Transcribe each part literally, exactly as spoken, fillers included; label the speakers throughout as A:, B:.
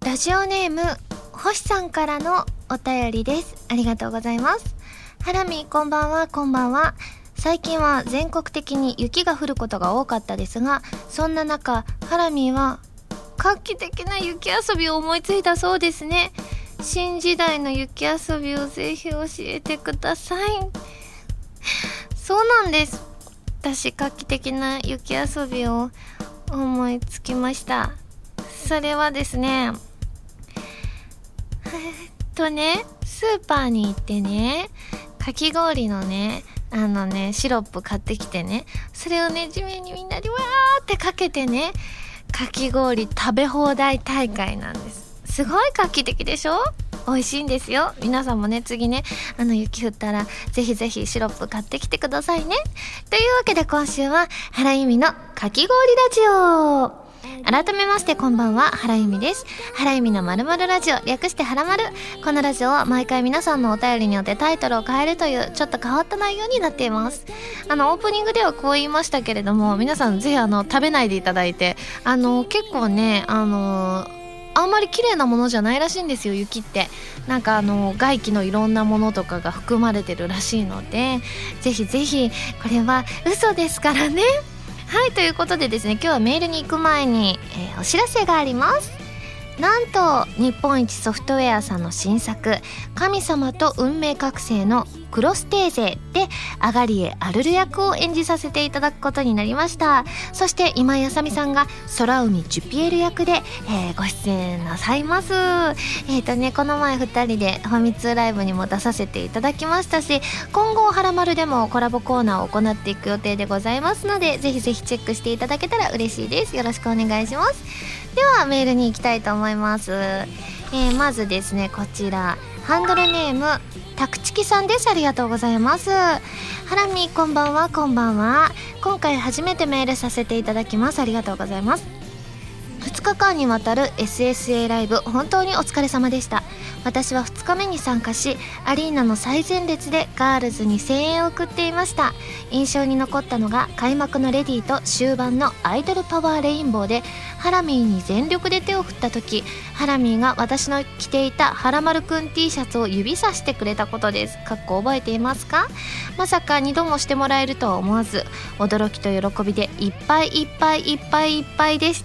A: ラジオネーム星さんからのお便りです。ありがとうございます。ハラミこんばんは。こんばんは。最近は全国的に雪が降ることが多かったですが、そんな中ハラミは画期的な雪遊びを思いついたそうですね。新時代の雪遊びをぜひ教えてください。そうなんです。私画期的な雪遊びを思いつきました。それはですね、えっとねスーパーに行ってね、かき氷のねあのねシロップ買ってきてね、それをね地面にみんなでわーってかけてね、かき氷食べ放題大会なんです。すごい画期的でしょ。美味しいんですよ。皆さんもね次ねあの雪降ったらぜひぜひシロップ買ってきてくださいね。というわけで今週は原由美のかき氷ラジオ。改めましてこんばんは、原由美です。原由美のまるまるラジオ、略してはらまる。このラジオは毎回皆さんのお便りによってタイトルを変えるというちょっと変わった内容になっています。あのオープニングではこう言いましたけれども、皆さんぜひあの食べないでいただいて、あの結構ねあのあんまり綺麗なものじゃないらしいんですよ、雪って。なんかあの外気のいろんなものとかが含まれてるらしいので、ぜひぜひこれは嘘ですからね。はい、ということでですね、今日はメールに行く前に、えー、お知らせがあります。なんと日本一ソフトウェアさんの新作、神様と運命覚醒のクロステーゼでアガリエ・アルル役を演じさせていただくことになりました。そして今井あさみさんが空海ジュピエル役で、えー、ご出演なさいます。えーとねこの前ふたりでファミ通ライブにも出させていただきましたし、今後はらまるでもコラボコーナーを行っていく予定でございますので、ぜひぜひチェックしていただけたら嬉しいです。よろしくお願いします。ではメールに行きたいと思います。えー、まずですね、こちらハンドルネームタクチキさんです。ありがとうございます。ハラミこんばんは。こんばんは。今回初めてメールさせていただきます。ありがとうございます。ふつかかんにわたる エスエスエー ライブ本当にお疲れ様でした。私はふつかめに参加し、アリーナの最前列でガールズに声援を送っていました。印象に残ったのが開幕のレディーと終盤のアイドルパワーレインボーで、ハラミーに全力で手を振った時、ハラミーが私の着ていたはらまるくん T シャツを指さしてくれたことです。かっこ覚えていますか？まさかにどもしてもらえるとは思わず、驚きと喜びでいっぱいいっぱいいっぱいいっぱいでした。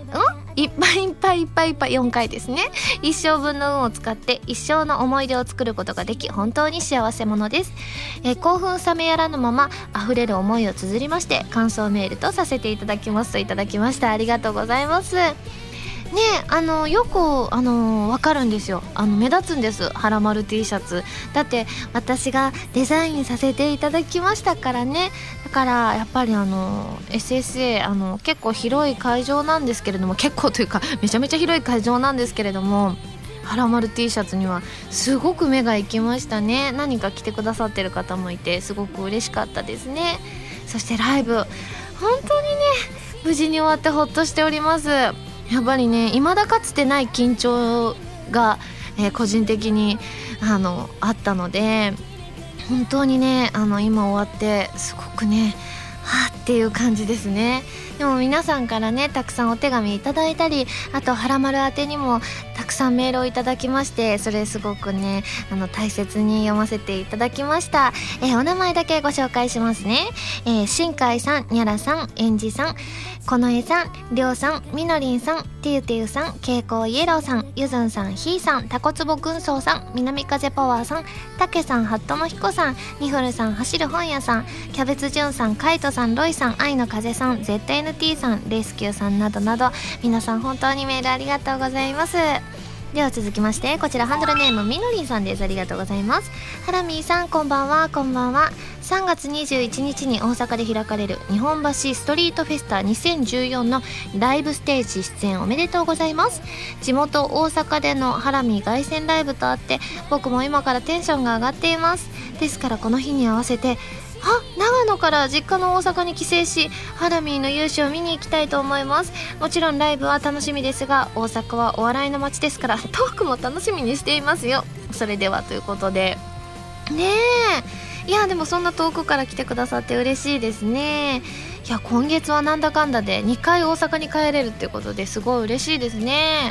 A: んいっぱいいっぱいいっぱいいっぱいよんかいですね。一生分の運を使って一生の思い出を作ることができ、本当に幸せ者です。えー、興奮冷めやらぬまま溢れる思いを綴りまして、感想メールとさせていただきますといただきました。ありがとうございます。ねえ、あのよくあの分かるんですよ。あの目立つんです、はらまる T シャツだって。私がデザインさせていただきましたからね。だからやっぱりあの エスエスエー あの結構広い会場なんですけれども、結構というかめちゃめちゃ広い会場なんですけれども、はらまる T シャツにはすごく目が行きましたね。何か着てくださってる方もいてすごく嬉しかったですね。そしてライブ本当にね無事に終わってほっとしております。やっぱりね、未だかつてない緊張が、えー、個人的にあのあったので、本当にねあの今終わってすごくねはっていう感じですね。でも皆さんからねたくさんお手紙いただいたり、あとはらまる宛てにもたくさんメールをいただきまして、それすごくねあの大切に読ませていただきました。えー、お名前だけご紹介しますね。えー、新海さん、にゃらさん、えんじさん、このえさん、りょうさん、みのりんさん、てゆてゆさん、けいこうイエローさん、ゆずんさん、ひーさん、たこつぼ軍曹さん、南風パワーさん、たけさん、はっとのひこさん、にふるさん、走る本屋さん、キャベツじゅんさん、かいとさん、ロイさん、愛の風さん、ゼットエヌティー さん、レスキューさんなどなど、皆さん本当にメールありがとうございます。では続きまして、こちらハンドルネームみのりんさんです。ありがとうございます。ハラミーさんこんばんは。こんばんは。さんがつにじゅういちにちに大阪で開かれる日本橋ストリートフェスタにせんじゅうよんのライブステージ出演おめでとうございます。地元大阪でのハラミー凱旋ライブとあって、僕も今からテンションが上がっています。ですからこの日に合わせてあ、長野から実家の大阪に帰省し、ハラミーの勇姿を見に行きたいと思います。もちろんライブは楽しみですが、大阪はお笑いの街ですからトークも楽しみにしていますよ。それではということでねえ、いやでもそんな遠くから来てくださって嬉しいですね。いや今月はなんだかんだでにかい大阪に帰れるっていうことですごい嬉しいですね。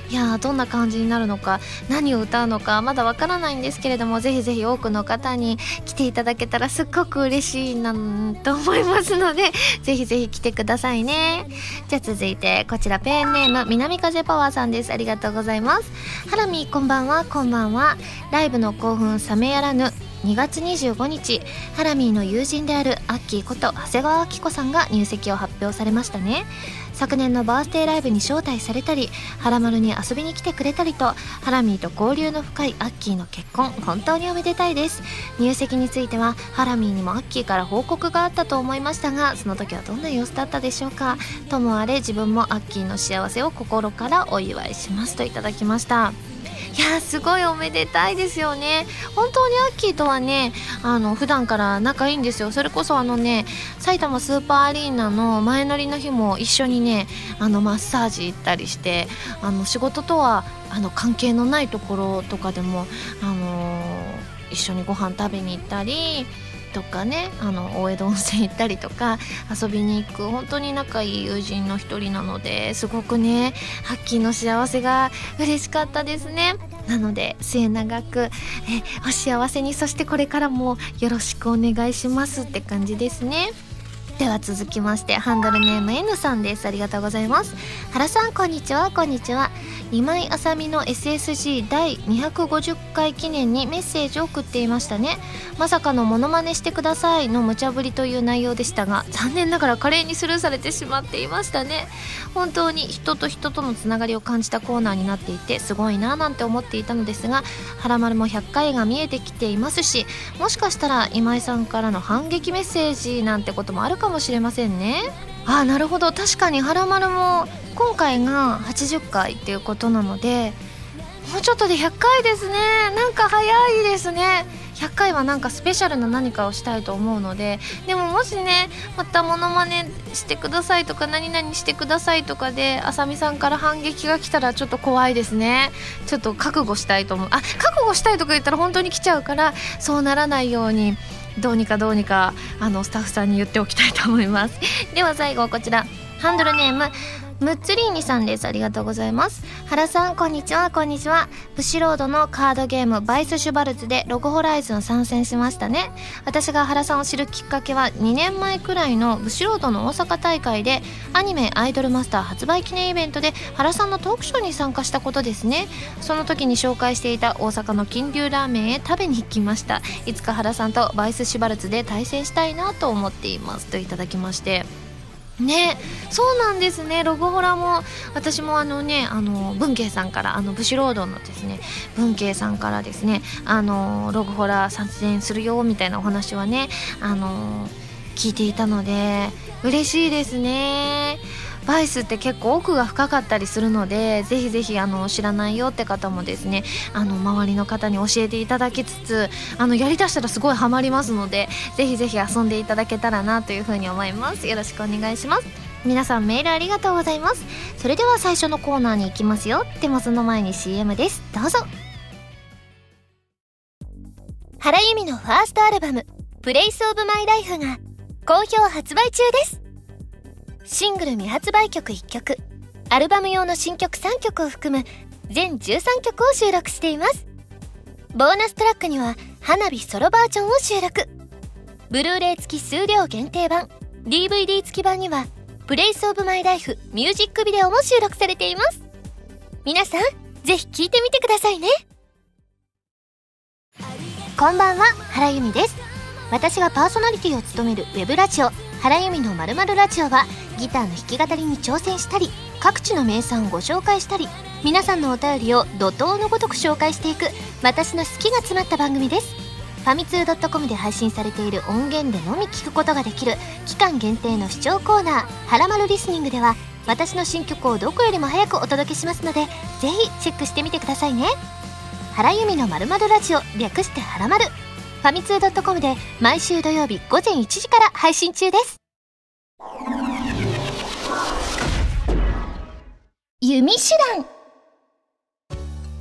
A: いやーどんな感じになるのか、何を歌うのかまだわからないんですけれども、ぜひぜひ多くの方に来ていただけたらすっごく嬉しいなと思いますので、ぜひぜひ来てくださいね。じゃあ続いてこちらペンネーム南風パワーさんです。ありがとうございます。ハラミこんばんは。こんばんは。ライブの興奮冷めやらぬにがつにじゅうごにち、ハラミーの友人であるアッキーこと長谷川明子さんが入籍を発表されましたね。昨年のバースデーライブに招待されたり、ハラマルに遊びに来てくれたりと、ハラミーと交流の深いアッキーの結婚、本当におめでたいです。入籍についてはハラミーにもアッキーから報告があったと思いましたが、その時はどんな様子だったでしょうか。ともあれ自分もアッキーの幸せを心からお祝いしますといただきました。いやーすごいおめでたいですよね。本当にアッキーとはね、あの普段から仲いいんですよ。それこそあのね、埼玉スーパーアリーナの前乗りの日も一緒にね、あのマッサージ行ったりして、あの仕事とはあの関係のないところとかでも、あのー、一緒にご飯食べに行ったりとかね、あの大江戸温泉行ったりとか遊びに行く本当に仲いい友人の一人なので、すごくねハッキーの幸せが嬉しかったですね。なので末永くえお幸せに、そしてこれからもよろしくお願いしますって感じですね。では続きましてハンドルネーム N さんです。ありがとうございます。原さんこんにちは。こんにちは。今井あさみの エスエスジー 第にひゃくごじゅっかい記念にメッセージを送っていましたね。まさかのモノマネしてくださいの無茶ぶりという内容でしたが、残念ながら華麗にスルーされてしまっていましたね。本当に人と人とのつながりを感じたコーナーになっていてすごいなぁなんて思っていたのですが、はらまるもひゃっかいが見えてきていますし、もしかしたら今井さんからの反撃メッセージなんてこともあるかもしれませんね。あーなるほど、確かにはらまるも今回がはちじゅっかいっていうことなので、もうちょっとでひゃっかいですね。なんか早いですね。ひゃっかいはなんかスペシャルな何かをしたいと思うので、でももしねまたモノマネしてくださいとか何々してくださいとかであさみさんから反撃が来たらちょっと怖いですね。ちょっと覚悟したいと思う。あ、覚悟したいとか言ったら本当に来ちゃうから、そうならないようにどうにかどうにかあのスタッフさんに言っておきたいと思います。では最後こちらハンドルネームムッツリーニさんです。ありがとうございます。原さんこんにちは。こんにちは。ブシロードのカードゲームバイスシュバルツでログホライズン参戦しましたね。私が原さんを知るきっかけはにねんまえくらいのブシロードの大阪大会でアニメアイドルマスター発売記念イベントで原さんのトークショーに参加したことですね。その時に紹介していた大阪の金龍ラーメンへ食べに行きました。いつか原さんとバイスシュバルツで対戦したいなと思っていますといただきまして、ね、そうなんですね。ログホラも私もあのねあの文慶さんからあのブシロードのですね文慶さんからですねあのログホラ参戦するよみたいなお話はねあの聞いていたので嬉しいですね。バイスって結構奥が深かったりするので、ぜひぜひあの知らないよって方もですねあの周りの方に教えていただきつつ、あのやりだしたらすごいハマりますので、ぜひぜひ遊んでいただけたらなというふうに思います。よろしくお願いします。皆さんメールありがとうございます。それでは最初のコーナーに行きますよ。でもその前に シーエム です。どうぞ。原由美のファーストアルバムプレイスオブマイライフが好評発売中です。シングル未発売曲いっきょく、アルバム用の新曲さんきょくを含む全じゅうさんきょくを収録しています。ボーナストラックには花火ソロバージョンを収録。ブルーレイ付き数量限定版、 ディーブイディー 付き版にはプレイスオブマイライフミュージックビデオも収録されています。皆さんぜひ聴いてみてくださいね。こんばんは、原由美です。私がパーソナリティを務めるウェブラジオ原由美の〇〇ラジオはギターの弾き語りに挑戦したり、各地の名産をご紹介したり、皆さんのお便りを怒涛のごとく紹介していく私の好きが詰まった番組です。ファミツー .com で配信されている音源でのみ聞くことができる期間限定の視聴コーナーはらまるリスニングでは、私の新曲をどこよりも早くお届けしますので、ぜひチェックしてみてくださいね。原由美の〇〇ラジオ、略してはらまる。ファミツー .com で毎週土曜日ごぜんいちじから配信中です。弓手段。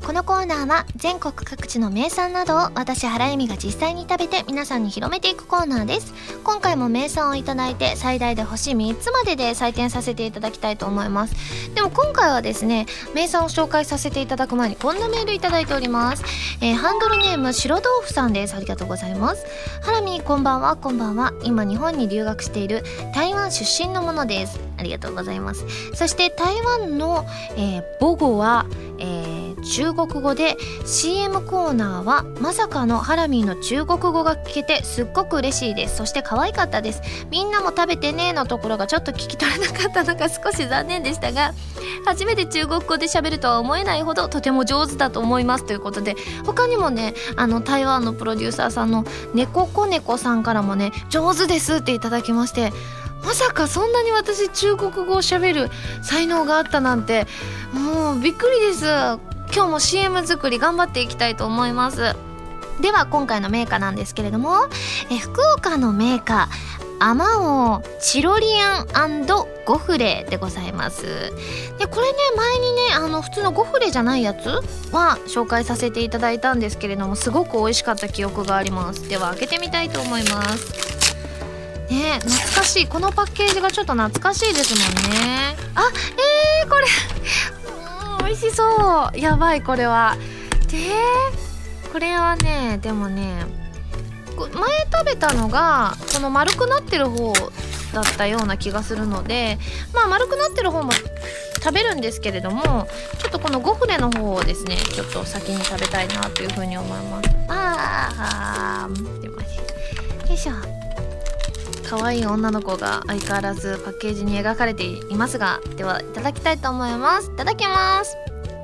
A: このコーナーは全国各地の名産などを私原由美が実際に食べて皆さんに広めていくコーナーです。今回も名産をいただいて最大で星みっつまでで採点させていただきたいと思います。でも今回はですね、名産を紹介させていただく前にこんなメールいただいております。えー、ハンドルネーム白豆腐さんです。ありがとうございます。ハラミこんばんは。こんばんは。今日本に留学している台湾出身のものです。ありがとうございます。そして台湾の、えー、母語は、えー、中国語で シーエム コーナーはまさかのハラミーの中国語が聞けてすっごく嬉しいです。そして可愛かったです。みんなも食べてねのところがちょっと聞き取れなかったのが少し残念でしたが、初めて中国語で喋るとは思えないほどとても上手だと思いますということで、他にもね、あの台湾のプロデューサーさんの猫子猫さんからもね、上手ですっていただきまして、まさかそんなに私中国語を喋る才能があったなんて、もうびっくりです。今日も シーエム 作り頑張っていきたいと思います。では今回のメーカーなんですけれども、え福岡のメーカーアマオチロリアン&ゴフレでございます。でこれね、前にね、あの普通のゴフレじゃないやつは紹介させていただいたんですけれども、すごく美味しかった記憶があります。では開けてみたいと思いますね。懐かしい、このパッケージがちょっと懐かしいですもんね。あ、えー、これうーん美味しそう。やばい、これはでこれはね、でもね、前食べたのがこの丸くなってる方だったような気がするので、まあ丸くなってる方も食べるんですけれども、ちょっとこのゴフレの方をですね、ちょっと先に食べたいなというふうに思います。あー、出ました。よいしょ。可愛い女の子が相変わらずパッケージに描かれていますが、ではいただきたいと思います。いただきます。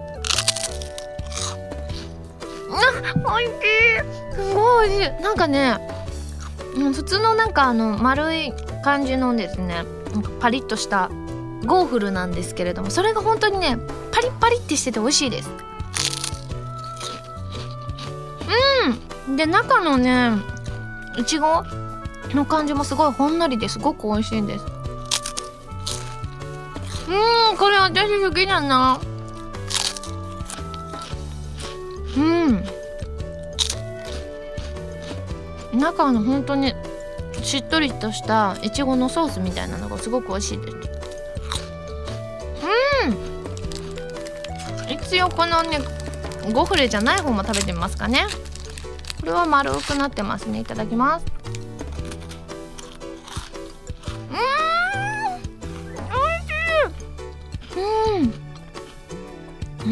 A: あ、美味しい。すごい美味しい。なんかね、普通のなんかあの丸い感じのですね、なんかパリッとしたゴーフルなんですけれども、それが本当にね、パリッパリってしてて美味しいです。うん。で中のね、いちごの感じもすごいほんのりですごく美味しいです。うん、これ私好きだな。うん。中の本当にしっとりとしたいちごのソースみたいなのがすごく美味しいです。うん。一応このね、ゴフレじゃない方も食べてみますかね。これは丸くなってますね。いただきます。うん、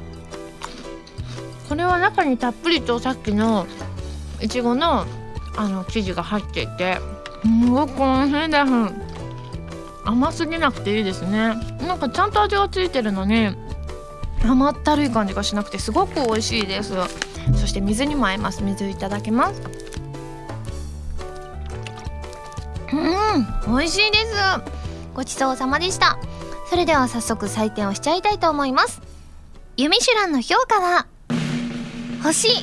A: これは中にたっぷりとさっきのいちごのあの生地が入っていて、すごく美味しいです。甘すぎなくていいですね。なんかちゃんと味がついてるのに甘ったるい感じがしなくてすごく美味しいです。そして水にも合います。水いただきます。うん、美味しいです。ごちそうさまでした。それでは早速採点をしちゃいたいと思います。ユミシュランの評価は星 にてんきゅ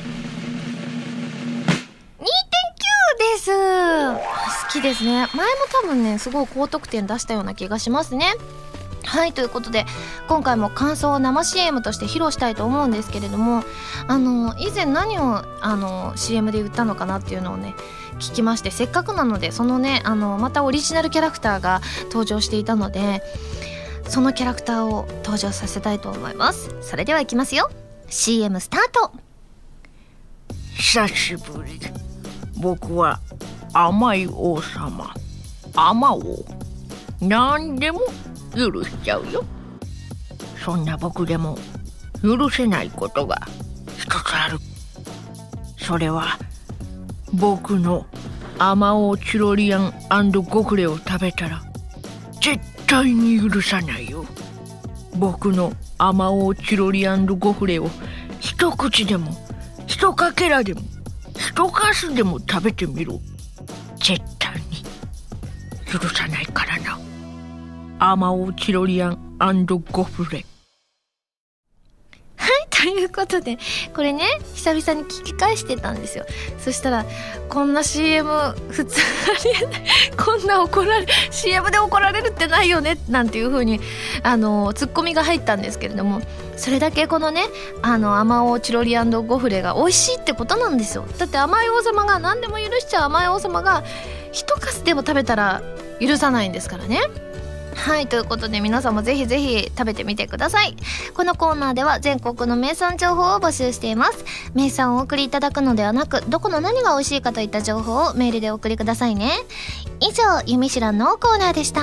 A: う です。好きですね。前も多分ね、すごい高得点出したような気がしますね。はい、ということで今回も感想を生 シーエム として披露したいと思うんですけれども、あの以前何をあの シーエム で言ったのかなっていうのをね聞きまして、せっかくなのでそのね、あのまたオリジナルキャラクターが登場していたので、そのキャラクターを登場させたいと思います。それではいきますよ。 シーエム スタート。
B: 久しぶり。僕は甘い王様アマオ。何でも許しちゃうよ。そんな僕でも許せないことが一つある。それは僕のアマオチロリアン&ゴフレを食べたら絶対に許さないよ。僕のアマオチロリアン&ゴフレを一口でも一かけらでも一かすでも食べてみろ。絶対に許さないからな。アマオチロリアン&ゴフレ。
A: はい、とということでこれね久々に聞き返してたんですよ。そしたらこんな シーエム 普通ありえないこんな怒られ シーエム で怒られるってないよねなんていう風にあのツッコミが入ったんですけれども、それだけこのねあのあまおうチロリ&ゴフレが美味しいってことなんですよ。だって甘い王様が何でも許しちゃう甘い王様が一かすでも食べたら許さないんですからね。はい、ということで皆さんもぜひぜひ食べてみてください。このコーナーでは全国の名産情報を募集しています。名産をお送りいただくのではなく、どこの何が美味しいかといった情報をメールでお送りくださいね。以上、ゆみしらんのコーナーでした。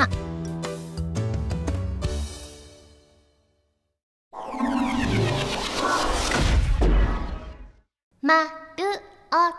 A: まるおた。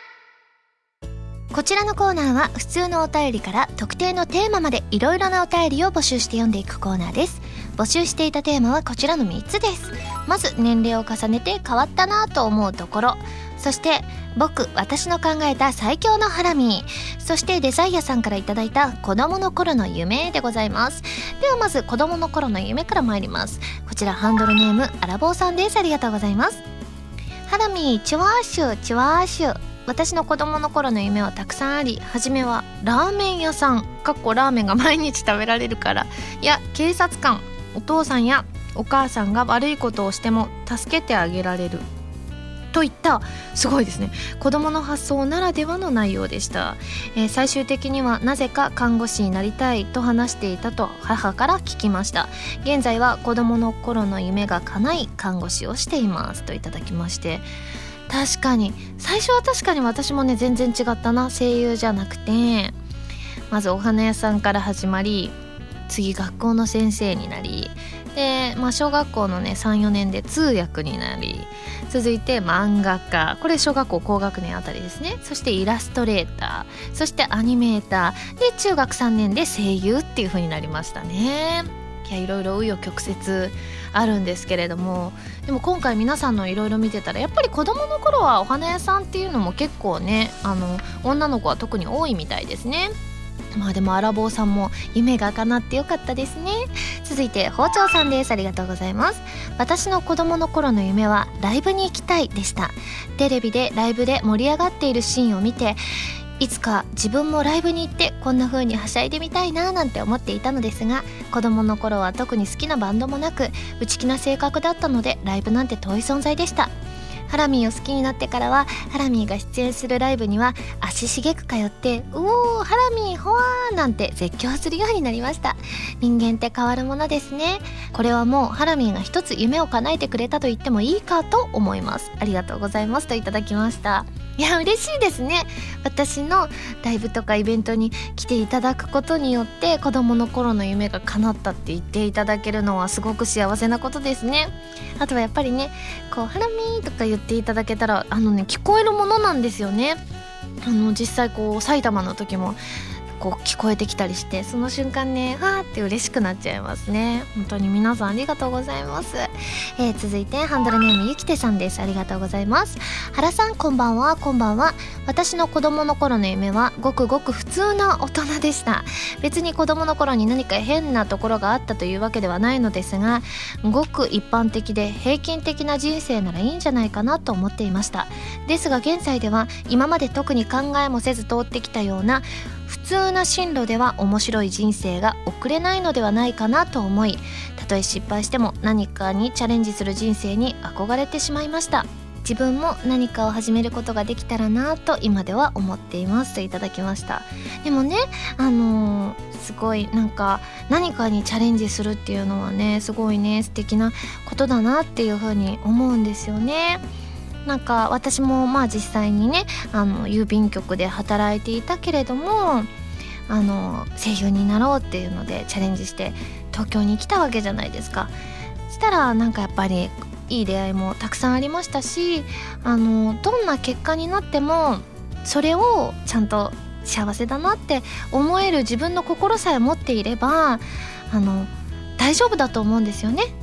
A: こちらのコーナーは普通のお便りから特定のテーマまでいろいろなお便りを募集して読んでいくコーナーです。募集していたテーマはこちらのみっつです。まず年齢を重ねて変わったなと思うところ、そして僕私の考えた最強のハラミー、そしてデザイアさんからいただいた子供の頃の夢でございます。ではまず子供の頃の夢から参ります。こちらハンドルネームアラボーさんです。ありがとうございます。ハラミーチワーシュチワーシュ。私の子供の頃の夢はたくさんあり、初めはラーメン屋さんかっこラーメンが毎日食べられるからや警察官、お父さんやお母さんが悪いことをしても助けてあげられるといったすごいですね子供の発想ならではの内容でした。えー、最終的にはなぜか看護師になりたいと話していたと母から聞きました。現在は子供の頃の夢が叶い看護師をしていますといただきまして、確かに最初は確かに私もね全然違ったな。声優じゃなくてまずお花屋さんから始まり、次学校の先生になりで、まあ、小学校のね さん,よ 年で通訳になり、続いて漫画家、これ小学校高学年あたりですね。そしてイラストレーター、そしてアニメーターで中学さんねんで声優っていう風になりましたね。いやいろいろ紆余曲折あるんですけれども、でも今回皆さんのいろいろ見てたらやっぱり子供の頃はお花屋さんっていうのも結構ねあの女の子は特に多いみたいですね。まあでもアラボーさんも夢が叶ってよかったですね。続いて包丁さんです。ありがとうございます。私の子供の頃の夢はライブに行きたいでした。テレビでライブで盛り上がっているシーンを見て、いつか自分もライブに行ってこんな風にはしゃいでみたいななんて思っていたのですが、子供の頃は特に好きなバンドもなく内気な性格だったのでライブなんて遠い存在でした。ハラミーを好きになってからはハラミーが出演するライブには足しげく通って、うおーハラミーほわーなんて絶叫するようになりました。人間って変わるものですね。これはもうハラミーが一つ夢を叶えてくれたと言ってもいいかと思います。ありがとうございますといただきました。いや嬉しいですね。私のライブとかイベントに来ていただくことによって子供の頃の夢が叶ったって言っていただけるのはすごく幸せなことですね。あとはやっぱりねこうハラミーとか言っていただけたらあのね聞こえるものなんですよね。あの実際こう埼玉の時もこう聞こえてきたりして、その瞬間ねわーって嬉しくなっちゃいますね。本当に皆さんありがとうございます。えー、続いてハンドルネームゆきてさんです。ありがとうございます。原さんこんばんは。こんばんは。私の子供の頃の夢はごくごく普通な大人でした。別に子供の頃に何か変なところがあったというわけではないのですが、ごく一般的で平均的な人生ならいいんじゃないかなと思っていました。ですが現在では今まで特に考えもせず通ってきたような普通な進路では面白い人生が送れないのではないかなと思い、たとえ失敗しても何かにチャレンジする人生に憧れてしまいました。自分も何かを始めることができたらなと今では思っていますといただきました。でもねあのー、すごいなんか何かにチャレンジするっていうのはねすごいね素敵なことだなっていうふうに思うんですよね。なんか私もまあ実際にねあの郵便局で働いていたけれどもあの声優になろうっていうのでチャレンジして東京に来たわけじゃないですか。そしたらなんかやっぱりいい出会いもたくさんありましたし、あのどんな結果になってもそれをちゃんと幸せだなって思える自分の心さえ持っていればあの大丈夫だと思うんですよね。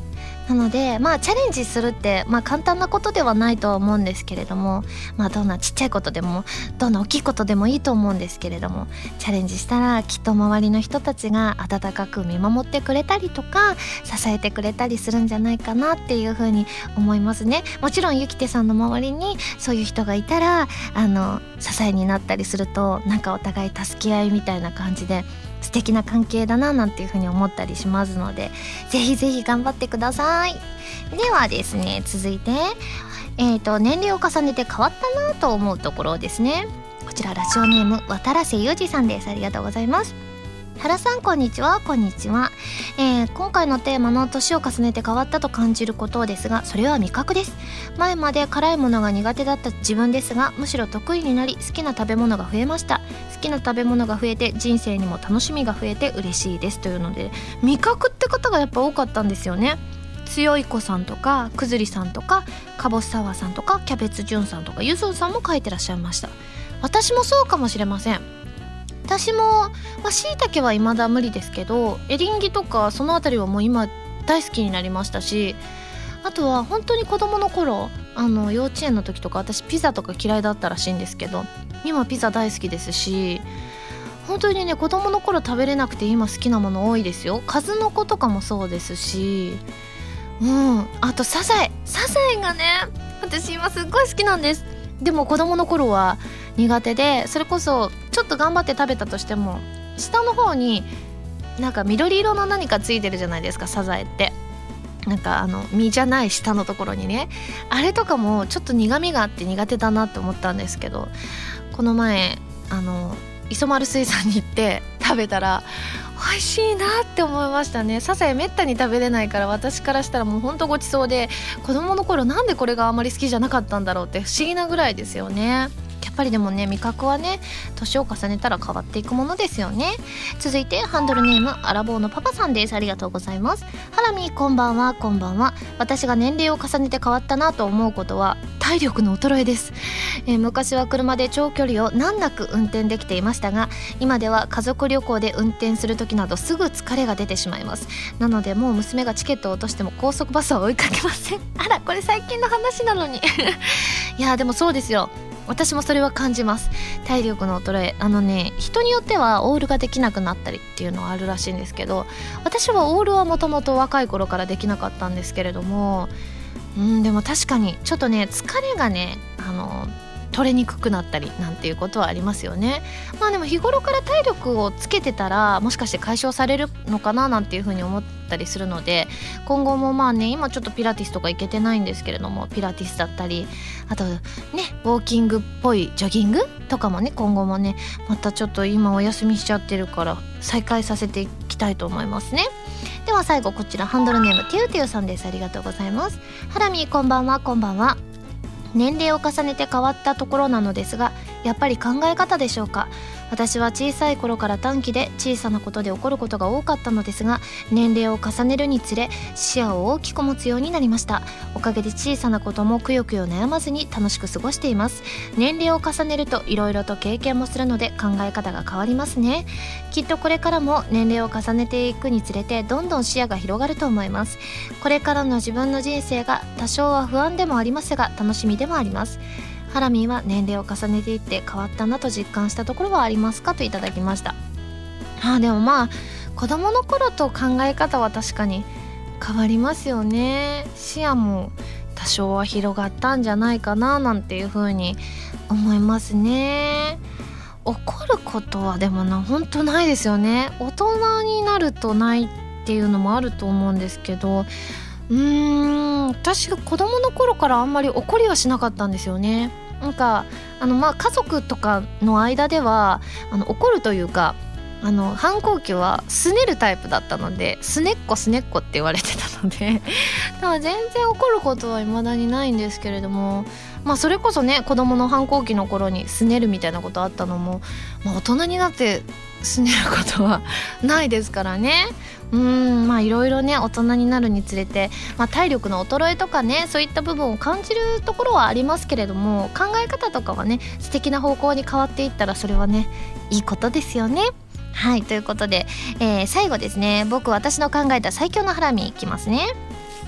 A: なのでまあチャレンジするってまあ簡単なことではないとは思うんですけれども、まあどんなちっちゃいことでもどんな大きいことでもいいと思うんですけれども、チャレンジしたらきっと周りの人たちが温かく見守ってくれたりとか支えてくれたりするんじゃないかなっていうふうに思いますね。もちろんゆきてさんの周りにそういう人がいたらあの支えになったりすると、なんかお互い助け合いみたいな感じで素敵な関係だななんていう風に思ったりしますので、ぜひぜひ頑張ってください。ではですね、続いてえーと年齢を重ねて変わったなと思うところですね。こちらラジオネーム渡良瀬裕二さんです。ありがとうございます。原さんこんにちは。こんにちは、えー、今回のテーマの年を重ねて変わったと感じることですが、それは味覚です。前まで辛いものが苦手だった自分ですが、むしろ得意になり好きな食べ物が増えました。好きな食べ物が増えて人生にも楽しみが増えて嬉しいですというので、味覚って方がやっぱ多かったんですよね。強い子さんとかくずりさんとかかぼすサワーさんとかキャベツじゅんさんとかゆずんさんも書いてらっしゃいました。私もそうかもしれません。私もまあ、椎茸は未だ無理ですけど、エリンギとかそのあたりはもう今大好きになりましたし、あとは本当に子供の頃あの幼稚園の時とか私ピザとか嫌いだったらしいんですけど、今ピザ大好きですし、本当にね子供の頃食べれなくて今好きなもの多いですよ。数の子とかもそうですし、うんあとサザエサザエがね私今すっごい好きなんです。でも子供の頃は苦手で、それこそちょっと頑張って食べたとしても下の方になんか緑色の何かついてるじゃないですか、サザエって。なんかあの実じゃない下のところにね、あれとかもちょっと苦味があって苦手だなって思ったんですけど、この前あの磯丸水産に行って食べたら美味しいなって思いましたね。サザエめったに食べれないから、私からしたらもうほんとごちそうで、子供の頃なんでこれがあまり好きじゃなかったんだろうって不思議なぐらいですよね。やっぱりでもね味覚はね年を重ねたら変わっていくものですよね。続いてハンドルネームアラボーのパパさんです。ありがとうございます。ハラミこんばんは。こんばんは。私が年齢を重ねて変わったなと思うことは体力の衰えです。えー、昔は車で長距離を難なく運転できていましたが、今では家族旅行で運転する時などすぐ疲れが出てしまいます。なのでもう娘がチケットを落としても高速バスは追いかけません。あらこれ最近の話なのにいやでもそうですよ、私もそれは感じます。体力の衰え、あのね人によってはオールができなくなったりっていうのはあるらしいんですけど、私はオールはもともと若い頃からできなかったんですけれども、うんでも確かにちょっとね疲れがねあの取れにくくなったりなんていうことはありますよね。まあでも日頃から体力をつけてたらもしかして解消されるのかななんていうふうに思ったりするので、今後もまあね今ちょっとピラティスとか行けてないんですけれども、ピラティスだったりあとねウォーキングっぽいジョギングとかもね今後もねまたちょっと今お休みしちゃってるから再開させていきたいと思いますね。では最後こちらハンドルネームてゆてゆさんです。ありがとうございます。ハラミこんばんは。こんばんは。年齢を重ねて変わったところなのですが、やっぱり考え方でしょうか。私は小さい頃から短気で小さなことで起こることが多かったのですが、年齢を重ねるにつれ視野を大きく持つようになりました。おかげで小さなこともくよくよ悩まずに楽しく過ごしています。年齢を重ねるといろいろと経験もするので考え方が変わりますね。きっとこれからも年齢を重ねていくにつれてどんどん視野が広がると思います。これからの自分の人生が多少は不安でもありますが楽しみでもあります。ハラミーは年齢を重ねていって変わったなと実感したところはありますかといただきました。あでもまあ子供の頃と考え方は確かに変わりますよね。視野も多少は広がったんじゃないかななんていう風に思いますね。怒ることはでもな本当ないですよね。大人になるとないっていうのもあると思うんですけど、うーん私が子供の頃からあんまり怒りはしなかったんですよね。なんかあのまあ家族とかの間ではあの怒るというかあの反抗期はすねるタイプだったので、すねっこすねっこって言われてたのでだから全然怒ることは未だにないんですけれども、まあそれこそね子供の反抗期の頃にすねるみたいなことあったのも、まあ、大人になってすねることはないですからね。うーんまあいろいろね大人になるにつれて、まあ、体力の衰えとかねそういった部分を感じるところはありますけれども、考え方とかはね素敵な方向に変わっていったらそれはねいいことですよね。はいということで、えー、最後ですね僕私の考えた最強のハラミいきますね。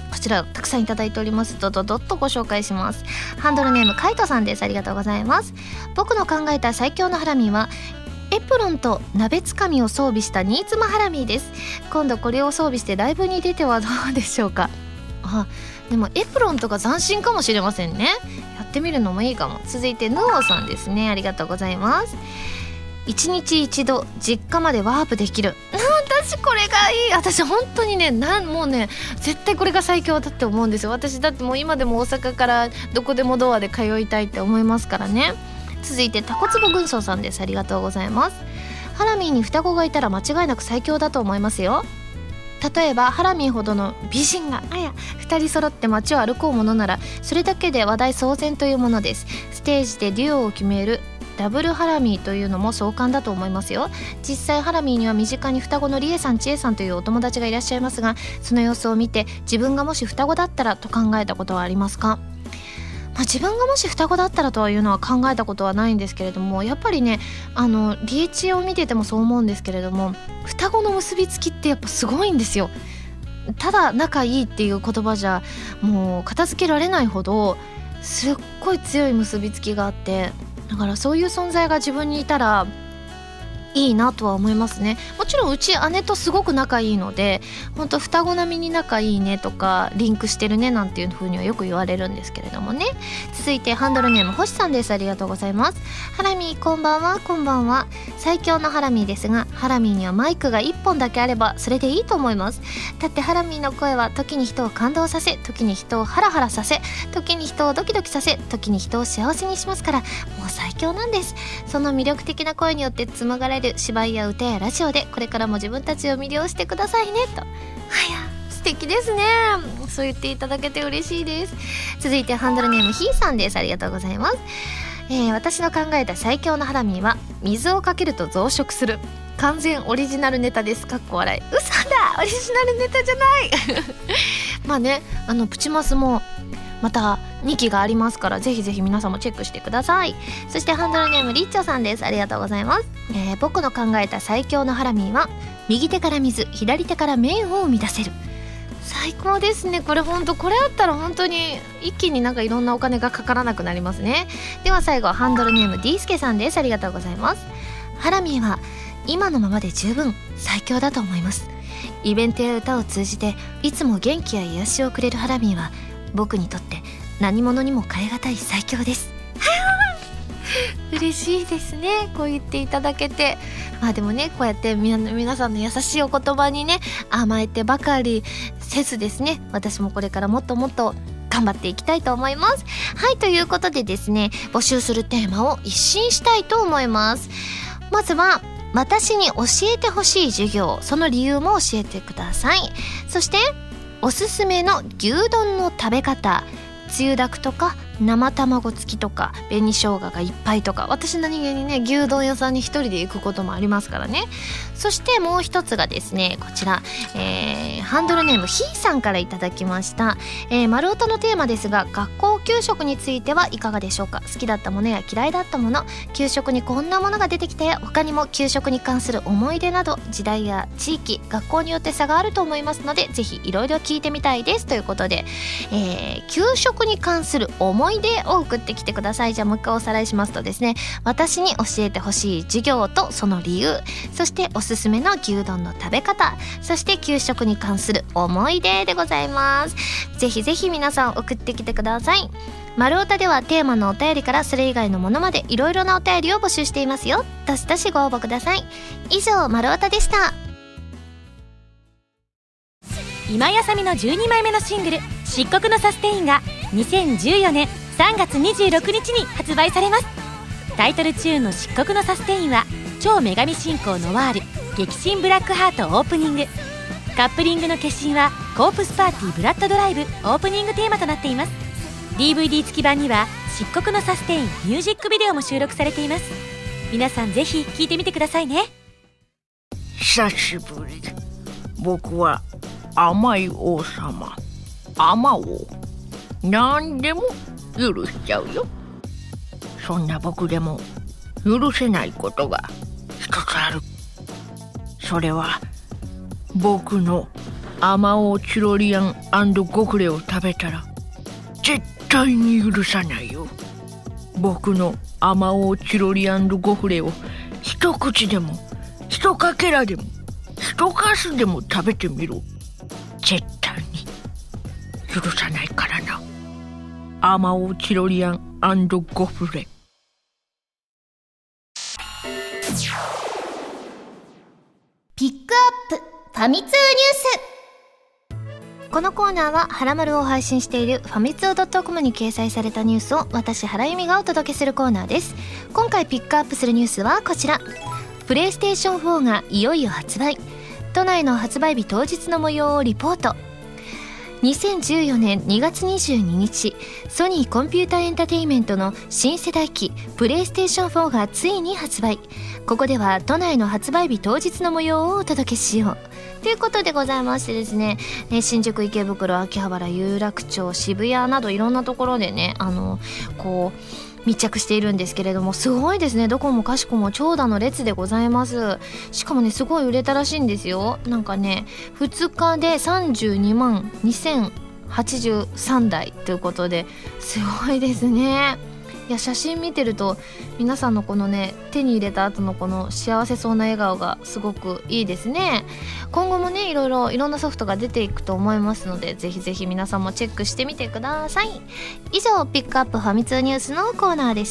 A: こちらたくさんいただいております。どどどっとご紹介します。ハンドルネームカイトさんです。ありがとうございます。僕の考えた最強のハラミはエプロンと鍋つかみを装備した新妻ハラミです。今度これを装備してライブに出てはどうでしょうか。あ、でもエプロンとか斬新かもしれませんね。やってみるのもいいかも。続いてヌオさんですね。ありがとうございます。一日一度実家までワープできる。私これがいい。私本当にね、なんもうね絶対これが最強だって思うんですよ。私だってもう今でも大阪からどこでもドアで通いたいって思いますからね。続いてタコツボ軍曹さんです。ありがとうございます。ハラミーに双子がいたら間違いなく最強だと思いますよ。例えばハラミーほどの美人があやふたり揃って街を歩こうものならそれだけで話題騒然というものです。ステージでデュオを決めるダブルハラミーというのも壮観だと思いますよ。実際ハラミーには身近に双子のリエさん、チエさんというお友達がいらっしゃいますが、その様子を見て自分がもし双子だったらと考えたことはありますか？まあ、自分がもし双子だったらというのは考えたことはないんですけれども、やっぱりねあのリエチエを見ててもそう思うんですけれども、双子の結びつきってやっぱすごいんですよ。ただ仲いいっていう言葉じゃもう片付けられないほどすっごい強い結びつきがあって、だからそういう存在が自分にいたらいいなとは思いますね。もちろんうち姉とすごく仲いいので、本当双子並みに仲いいねとかリンクしてるねなんていう風にはよく言われるんですけれどもね。続いてハンドルネーム星さんです。ありがとうございます。ハラミーこんばんは。こんばんは。最強のハラミーですが、ハラミーにはマイクがいっぽんだけあればそれでいいと思います。だってハラミーの声は時に人を感動させ、時に人をハラハラさせ、時に人をドキドキさせ、時に人を幸せにしますから、もう最強なんです。その魅力的な声によって紡がれる芝居や歌やラジオでこれからも自分たちを魅了してくださいねと。はや、素敵ですね。そう言っていただけて嬉しいです。続いてハンドルネームひーさんです。ありがとうございます。えー、私の考えた最強のハラミーは水をかけると増殖する完全オリジナルネタです。かっこ笑い。嘘だ、オリジナルネタじゃないまあね、あのプチマスもまたにきがありますから、ぜひぜひ皆さんもチェックしてください。そしてハンドルネームリッチョさんです。ありがとうございます。えー、僕の考えた最強のハラミーは右手から水、左手から麺を生み出せる。最高ですね。これほんと、これあったら本当に一気になんかいろんなお金がかからなくなりますね。では最後ハンドルネーム D スケさんです。ありがとうございます。ハラミーは今のままで十分最強だと思います。イベントや歌を通じていつも元気や癒しをくれるハラミーは僕にとって何者にも代え難い最強です嬉しいですね、こう言っていただけて。まあでもね、こうやってみな皆さんの優しいお言葉にね甘えてばかりせずですね、私もこれからもっともっと頑張っていきたいと思います。はい、ということでですね、募集するテーマを一新したいと思います。まずは私に教えてほしい授業、その理由も教えてください。そしておすすめの牛丼の食べ方、つゆだくとか生卵付きとか紅生姜がいっぱいとか、私何気にね牛丼屋さんに一人で行くこともありますからね。そしてもう一つがですね、こちら、えー、ハンドルネームひーさんからいただきました、えー、丸太のテーマですが、学校給食についてはいかがでしょうか。好きだったものや嫌いだったもの、給食にこんなものが出てきたや、他にも給食に関する思い出など、時代や地域、学校によって差があると思いますので、ぜひいろいろ聞いてみたいですということで、えー、給食に関する思い出を送ってきてください。じゃあもう一回おさらいしますとですね、私に教えてほしい授業とその理由、そしておすすめの牛丼の食べ方、そして給食に関する思い出でございます。ぜひぜひ皆さん送ってきてください。丸太ではテーマのお便りからそれ以外のものまでいろいろなお便りを募集していますよ。どしどしご応募ください。以上、丸太でした。
C: 今井あさみのじゅうにまいめのシングル「漆黒のサステイン」がにせんじゅうよねんさんがつにじゅうろくにちに発売されます。タイトルチューンの漆黒のサステインは超女神信仰ノワール激震ブラックハートオープニング、カップリングの決心はコープスパーティーブラッドドライブオープニングテーマとなっています。 ディーブイディー 付き版には漆黒のサステインミュージックビデオも収録されています。皆さんぜひ聴いてみてくださいね。
B: 久しぶり。僕は甘い王様、甘王、何でも許しちゃうよ。そんな僕でも許せないことが一つある。それは僕のアマオチロリアン&ゴフレを食べたら絶対に許さないよ。僕のアマオチロリアン&ゴフレを一口でも一かけらでも一かすでも食べてみろ。絶対に許さないからな。アマオチロリアン&ゴフレ。
A: ピックアップファミ通ニュース。このコーナーははらまるを配信しているファミツー .com に掲載されたニュースを私原由美がお届けするコーナーです。今回ピックアップするニュースはこちら。プレイステーションフォーがいよいよ発売。都内の発売日当日の模様をリポート。にせんじゅうよねんにがつにじゅうににち、ソニーコンピュータエンタテインメントの新世代機プレイステーションフォーがついに発売。ここでは都内の発売日当日の模様をお届けしようということでございましてですね、え新宿、池袋、秋葉原、有楽町、渋谷などいろんなところでね、あのこう密着しているんですけれども、すごいですね。どこもかしこも長蛇の列でございます。しかもね、すごい売れたらしいんですよ。なんかね、ふつかでさんじゅうにまんにせんはちじゅうさんだいということで、すごいですね。いや、写真見てると皆さんのこのね、手に入れた後のこの幸せそうな笑顔がすごくいいですね。今後もね、いろいろいろんなソフトが出ていくと思いますので、ぜひぜひ皆さんもチェックしてみてください。以上、ピックアップファミ通ニュースのコーナーでした。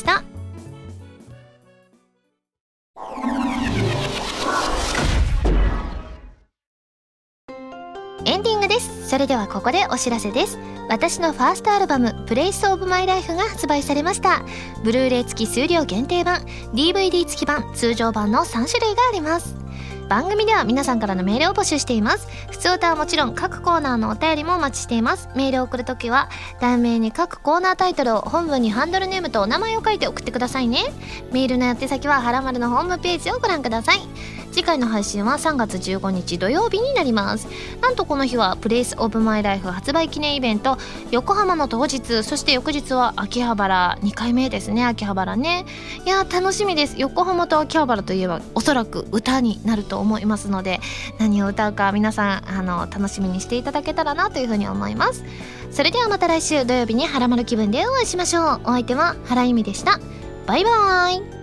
A: エンディングです。それではここでお知らせです。私のファーストアルバムプレイスオブマイライフが発売されました。ブルーレイ付き数量限定版、 ディーブイディー 付き版、通常版のさんしゅるいがあります。番組では皆さんからのメールを募集しています。普通歌はもちろん各コーナーのお便りもお待ちしています。メールを送るときは題名に各コーナータイトルを、本文にハンドルネームとお名前を書いて送ってくださいね。メールの宛先ははらまるのホームページをご覧ください。次回の配信はさんがつじゅうごにち土曜日になります。なんとこの日はプレイスオブマイライフ発売記念イベント、横浜の当日、そして翌日は秋葉原にかいめですね。秋葉原ね、いや楽しみです。横浜と秋葉原といえばおそらく歌になると思いますので、何を歌うか皆さんあの楽しみにしていただけたらなというふうに思います。それではまた来週土曜日にはらまる気分でお会いしましょう。お相手は原由美でした。バイバーイ。